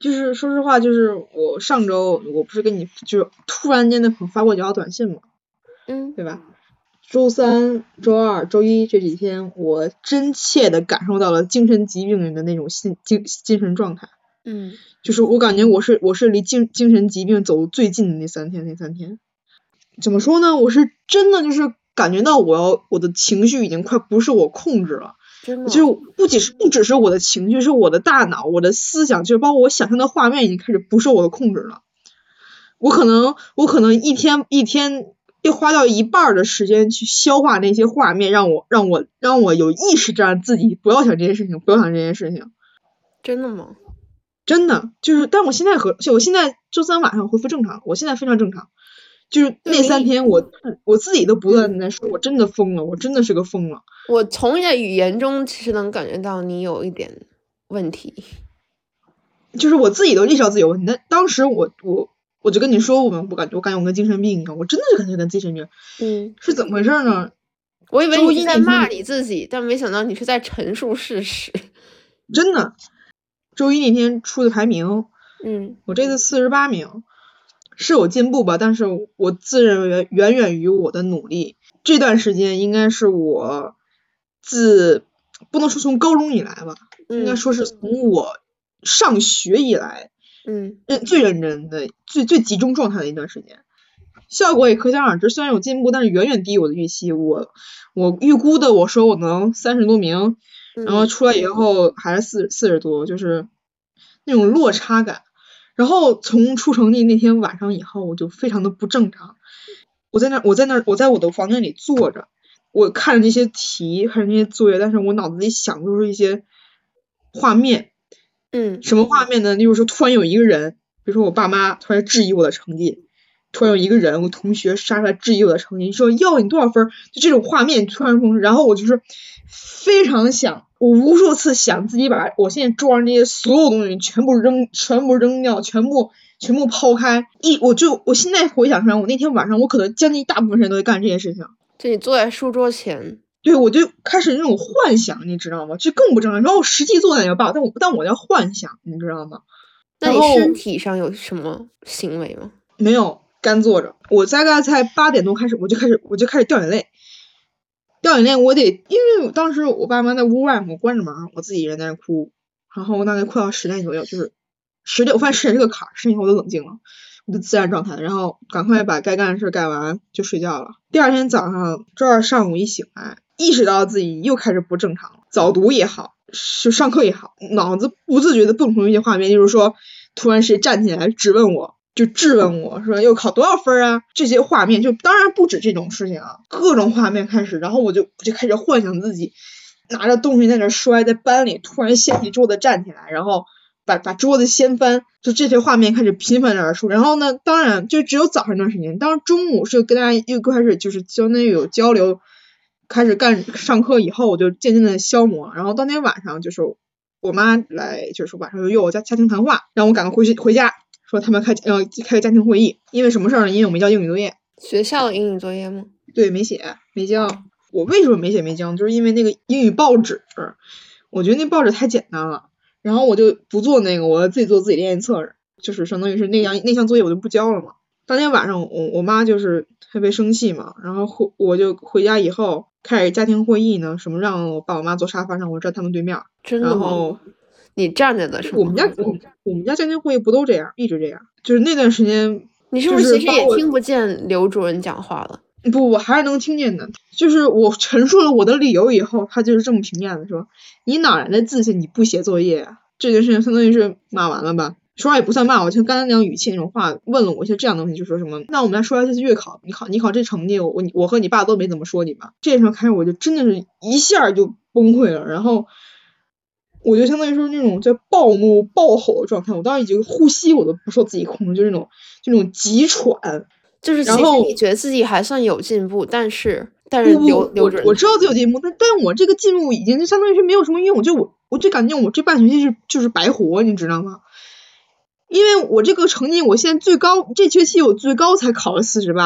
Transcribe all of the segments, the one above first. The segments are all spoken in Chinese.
就是说实话，就是我上周我不是跟你就突然间的发过几条短信嘛，对吧？周三、周二、周一这几天，我真切的感受到了精神疾病人的那种精神状态。就是我感觉我是离精神疾病走最近的那三天。怎么说呢？我是真的就是感觉到我的情绪已经快不是我控制了。 真的。 就是不只是我的情绪，是我的大脑、我的思想，就是包括我想象的画面已经开始不受我的控制了。我可能一天要花掉一半的时间去消化那些画面，让我有意识让自己不要想这件事情，不要想这件事情。 真的吗？ 真的，就是，但我现在周三晚上恢复正常，我现在非常正常。就是那3天我自己都不断在说，我真的疯了，我真的是个疯了。 我从你的语言中其实能感觉到你有一点问题。 就是我自己都意识到自己有问题，但当时我就跟你说我感觉我跟精神病一样，我真的是感觉跟精神病。是怎么回事呢？ 我以为你是在骂你自己，但没想到你是在陈述事实。 真的，周一那天出的排名，我这次48名，是有进步吧，但是我自认为远远于我的努力。这段时间应该是我不能说从高中以来吧，应该说是从我上学以来，最认真的、最集中状态的一段时间。效果也可想而知，虽然有进步，但是远远低于我的预期。我预估的，我说我能30多名，然后出来以后还是40多，就是那种落差感。然后从出成绩那天晚上以后，我就非常的不正常。我在我的房间里坐着，我看着那些题，看着那些作业，但是我脑子里想的都是一些画面。什么画面呢？例如说突然有一个人，比如说我爸妈突然质疑我的成绩，突然有一个人，我同学杀出来质疑我的成绩，说要你多少分，就这种画面突然然后我就是非常想，我无数次想自己把我现在桌上那些所有东西全部扔掉，全部抛开。我现在回想出来，我那天晚上我可能将近大部分时间都在干这件事情。 就你坐在书桌前。 对，我就开始那种幻想，你知道吗？这更不正常。然后我实际做那也罢，但我要幻想，你知道吗？ 那你身体上有什么行为吗？ 没有，干坐着。我大概在8点多开始，我就开始掉眼泪。掉眼泪，因为当时我爸妈在屋外，我关着门，我自己一人在那哭，然后大概哭到10点左右，就是10点，我发现10点是个坎儿，10点以后我都冷静了，我就自然状态，然后赶快把该干的事干完就睡觉了。第二天早上，周二上午一醒来，意识到自己又开始不正常了，早读也好，就上课也好，脑子不自觉的蹦出一些画面，就是说突然谁站起来质问我说又考多少分啊，这些画面就当然不止这种事情啊，各种画面开始，然后我就开始幻想自己拿着东西在那摔，在班里突然掀起桌子站起来，然后把桌子掀翻，就这些画面开始频繁的而出。然后呢，当然就只有早上一段时间，当然中午是跟大家又开始就是相当于有交流，开始上课以后，我就渐渐的消磨。然后当天晚上就是我妈来，就是晚上就约我家庭谈话，让我赶快回家，说他们开个家庭会议。因为什么事呢？因为我没交英语作业。 学校的英语作业吗？ 对，没写，没交。我为什么没写没交？就是因为那个英语报纸，我觉得那报纸太简单了，然后我就不做那个，我自己做自己练习册，就是相当于是那项作业我就不交了嘛。当天晚上我妈就是特别生气嘛，然后我就回家以后开始家庭会议呢，什么让我爸我妈坐沙发上，我站他们对面。 真的吗？然后你站着的是吗？我们家家庭会议不都这样，一直这样。就是那段时间， 你是不是其实也听不见刘主任讲话了？ 不，我还是能听见的。就是我陈述了我的理由以后，他就是这么评价的，说你哪来的自信？你不写作业啊？这件事情相当于是骂完了吧？说话也不算骂我，像刚才那样语气那种话，问了我一些这样的东西，就说什么？那我们来说一下这次月考，你考这成绩，我和你爸都没怎么说你吧？这时候开始我就真的是一下就崩溃了，然后我就相当于说那种在暴怒暴吼的状态，我当时已经呼吸我都不受自己控制，就那种急喘。 就是其实你觉得自己还算有进步，但是刘主任我知道自己有进步，但我这个进步已经相当于是没有什么用，我就感觉我这半学期就是白活，你知道吗？因为我这个成绩，我现在最高这学期我最高才考了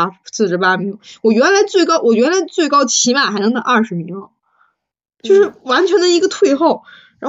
48名，我原来最高起码还能到20名，就是完全的一个退后。然后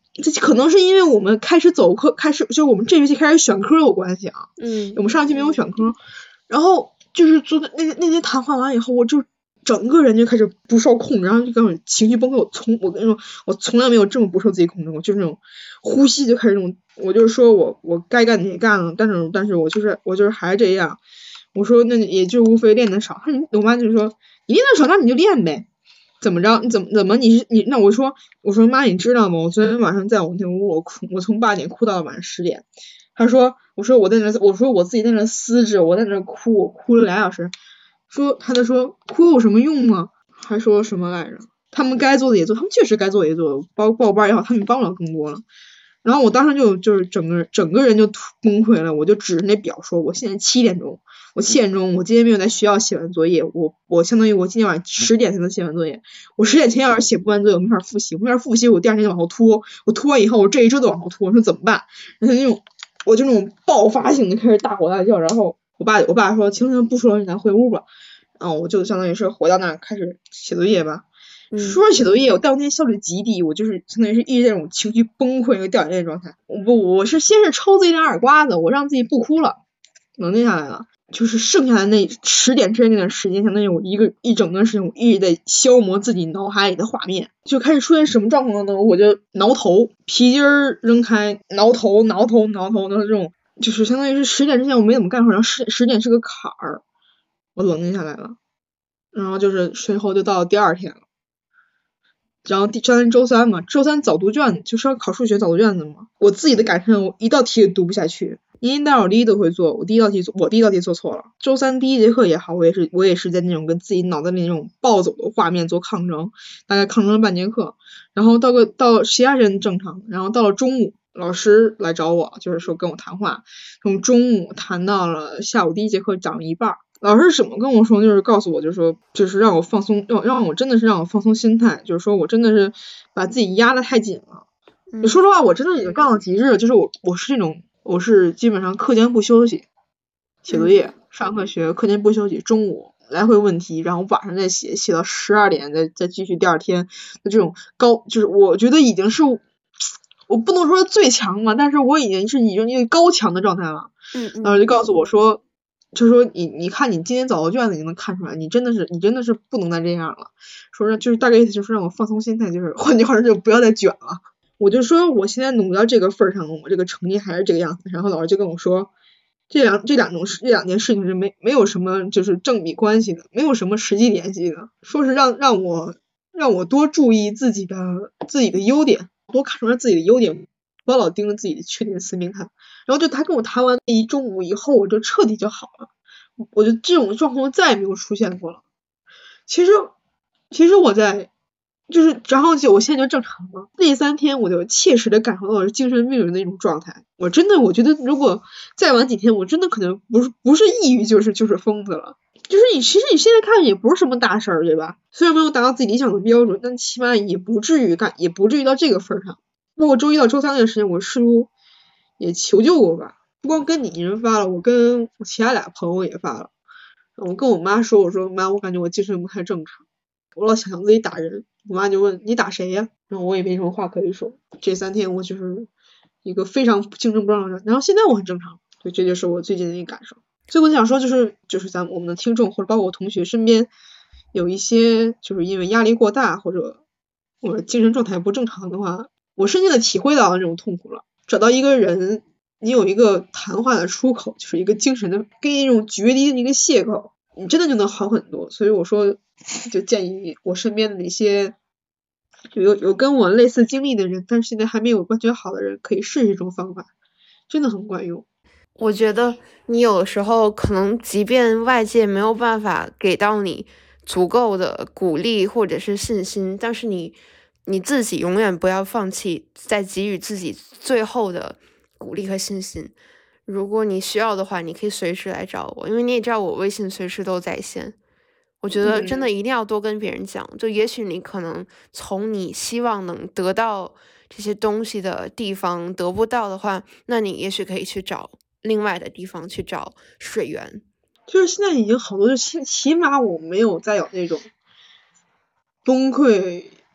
这可能是因为我们开始走课，就是我们这学期开始选科有关系啊。我们上期没有选科，然后就是做的那些谈话完以后，我就整个人就开始不受控，然后就各种情绪崩溃。我跟你说，我从来没有这么不受自己控制过，就是那种呼吸就开始那种，我就是说我该干的也干了，但是我就是还是这样。我说那也就无非练得少。我妈就说你练得少，那你就练呗。怎么着？你怎么你那我说妈，你知道吗？我昨天晚上在我那屋我哭，我从8点哭到了晚上10点。她说我说我自己在那撕纸，我在那哭，我哭了2小时。她就说哭有什么用吗？还说什么来着？他们该做的也做，他们确实该做的也做，报班也好，他们帮了更多了。然后我当时就是整个人就崩溃了，我就指着那表说，我现在7点钟，我今天没有在学校写完作业，我相当于我今天晚上10点才能写完作业，我10点前要是写不完作业，我没法复习，我第2天就往后拖，我拖完以后我这一周都往后拖，我说怎么办？然后我就那种爆发性的开始大吼大叫，然后我爸说行，不说了，咱回屋吧。然后我就相当于是回到那儿开始写作业吧。说是写作业，我当天效率极低，我就是相当于是一直在那种情绪崩溃和掉眼泪的状态。我是先是抽自己2耳刮子，我让自己不哭了，冷静下来了。就是剩下的那10点之内那段时间，相当于我一整段时间，我一直在消磨自己脑海里的画面，就开始出现什么状况呢？我就挠头，皮筋扔开，挠头的这种，就是相当于是10点之前我没怎么干活，然后10点是个坎儿，我冷静下来了，然后就是随后就到了第2天了。然后周三嘛，周三早读卷就是要考数学早读卷子嘛。我自己的感受，我一道题也读不下去。因为我第一都会做，我第一道题做错了。周三第1节课也好，我也是在那种跟自己脑袋里那种暴走的画面做抗争，大概抗争了半节课。然后到其他人正常，然后到了中午，老师来找我，就是说跟我谈话，从中午谈到了下午第1节课讲了一半。老师怎么跟我说，就是告诉我，就是让我放松，让我真的是让我放松心态，就是说我真的是把自己压得太紧了。说实话，我真的已经干到极致了，就是我是这种，我是基本上课间不休息，写作业，上课学，课间不休息，中午来回问题，然后晚上再写到12点，再继续第2天的这种就是我觉得已经是我不能说最强嘛，但是我已经是一个高强的状态了。老师就告诉我说。就是说你看你今天早读卷子你能看出来，你真的是不能再这样了。说就是大概意思就是让我放松心态，就是换句话说就不要再卷了。我就说我现在努到这个份上，我这个成绩还是这个样子。然后老师就跟我说，这两件事情是没有什么就是正比关系的，没有什么实际联系的。说是让我多注意自己的优点，多看出来自己的优点。不要老盯着自己的缺点死命看。然后就他跟我谈完一中午以后，我就彻底就好了，我就这种状况再也没有出现过了。其实我在就是然后我现在就正常了。那3天我就切实的感受到了精神病人的一种状态。我觉得如果再晚几天，我真的可能不是抑郁就是疯子了。就是其实你现在看也不是什么大事儿，对吧？虽然没有达到自己理想的标准，但起码也不至于到这个份上。包括周1到周3那段时间，我试图也求救过吧，不光跟你一人发了，我跟我其他2朋友也发了。我跟我妈说，我说妈，我感觉我精神不太正常，我老想自己打人。我妈就问你打谁呀？然后我也没什么话可以说。这3天我就是一个非常精神不正常的，然后现在我很正常。对，这就是我最近的一个感受。所以我想说就是我们的听众或者包括我同学身边有一些就是因为压力过大或者精神状态不正常的话，我深切的体会到那种痛苦了。找到一个人，你有一个谈话的出口，就是一个精神的跟一种决堤的一个卸口，你真的就能好很多。所以我说就建议我身边的那些有跟我类似经历的人，但是现在还没有完全好的人，可以试这种方法，真的很管用。 我觉得你有时候可能即便外界没有办法给到你足够的鼓励或者是信心，但是你自己永远不要放弃再给予自己最后的鼓励和信心。如果你需要的话，你可以随时来找我，因为你也知道我微信随时都在线。我觉得真的一定要多跟别人讲，就也许你可能从你希望能得到这些东西的地方得不到的话，那你也许可以去找另外的地方去找水源。 就是现在已经好多，就起码我没有再有那种崩溃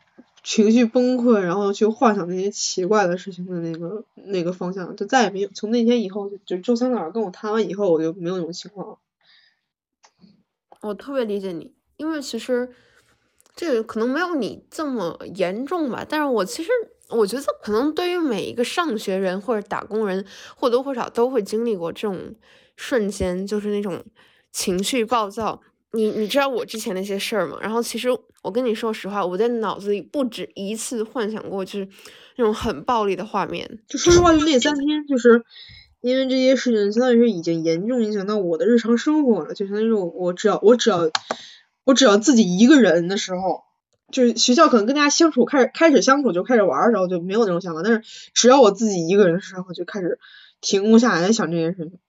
情绪崩溃，然后去幻想那些奇怪的事情的那个方向，就再也没有。从那天以后，就周三老师跟我谈完以后，我就没有那种情况了。 我特别理解你，因为其实这个可能没有你这么严重吧，但是我觉得可能对于每一个上学人或者打工人，或多或少都会经历过这种瞬间，就是那种情绪暴躁。你知道我之前那些事儿吗？然后其实我跟你说实话，我在脑子里不止一次幻想过，就是那种很暴力的画面。 就说实话，就那3天，就是因为这些事情，相当于是已经严重影响到我的日常生活了。就相当于我只要自己一个人的时候，就是学校可能跟大家相处开始相处就开始玩的时候就没有那种想法，但是只要我自己一个人的时候，就开始停不下来想这件事情。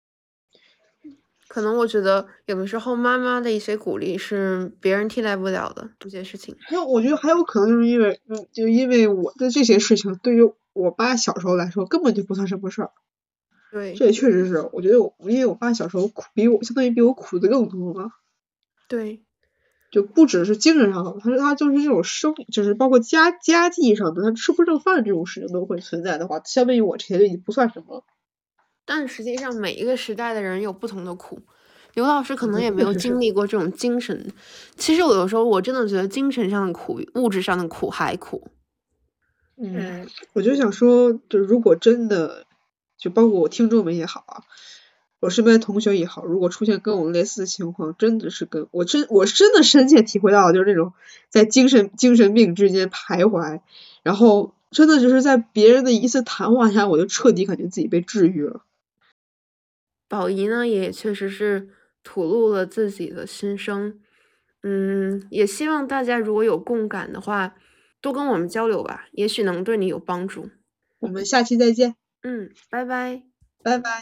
可能我觉得有的时候妈妈的一些鼓励是别人替代不了的这些事情。 我觉得还有可能就是因为我的这些事情对于我爸小时候来说根本就不算什么事儿。 对， 这也确实是，我觉得因为我爸小时候相当于比我苦的更多嘛。 对， 就不只是精神上的，他就是这种就是包括家计上的，他吃不上饭这种事情都会存在的话，相对于我这些就已经不算什么了。 但实际上每一个时代的人有不同的苦，刘老师可能也没有经历过这种精神。其实有时候我真的觉得精神上的苦，物质上的苦还苦。 我就想说，就如果真的，就包括我听众们也好啊，我身边的同学也好，如果出现跟我类似的情况，真的是我真的深切体会到，就是那种在精神病之间徘徊，然后真的就是在别人的一次谈话下，我就彻底感觉自己被治愈了。 宝仪呢，也确实是吐露了自己的心声。也希望大家如果有共感的话，多跟我们交流吧，也许能对你有帮助。 我们下期再见。 拜拜。 拜拜。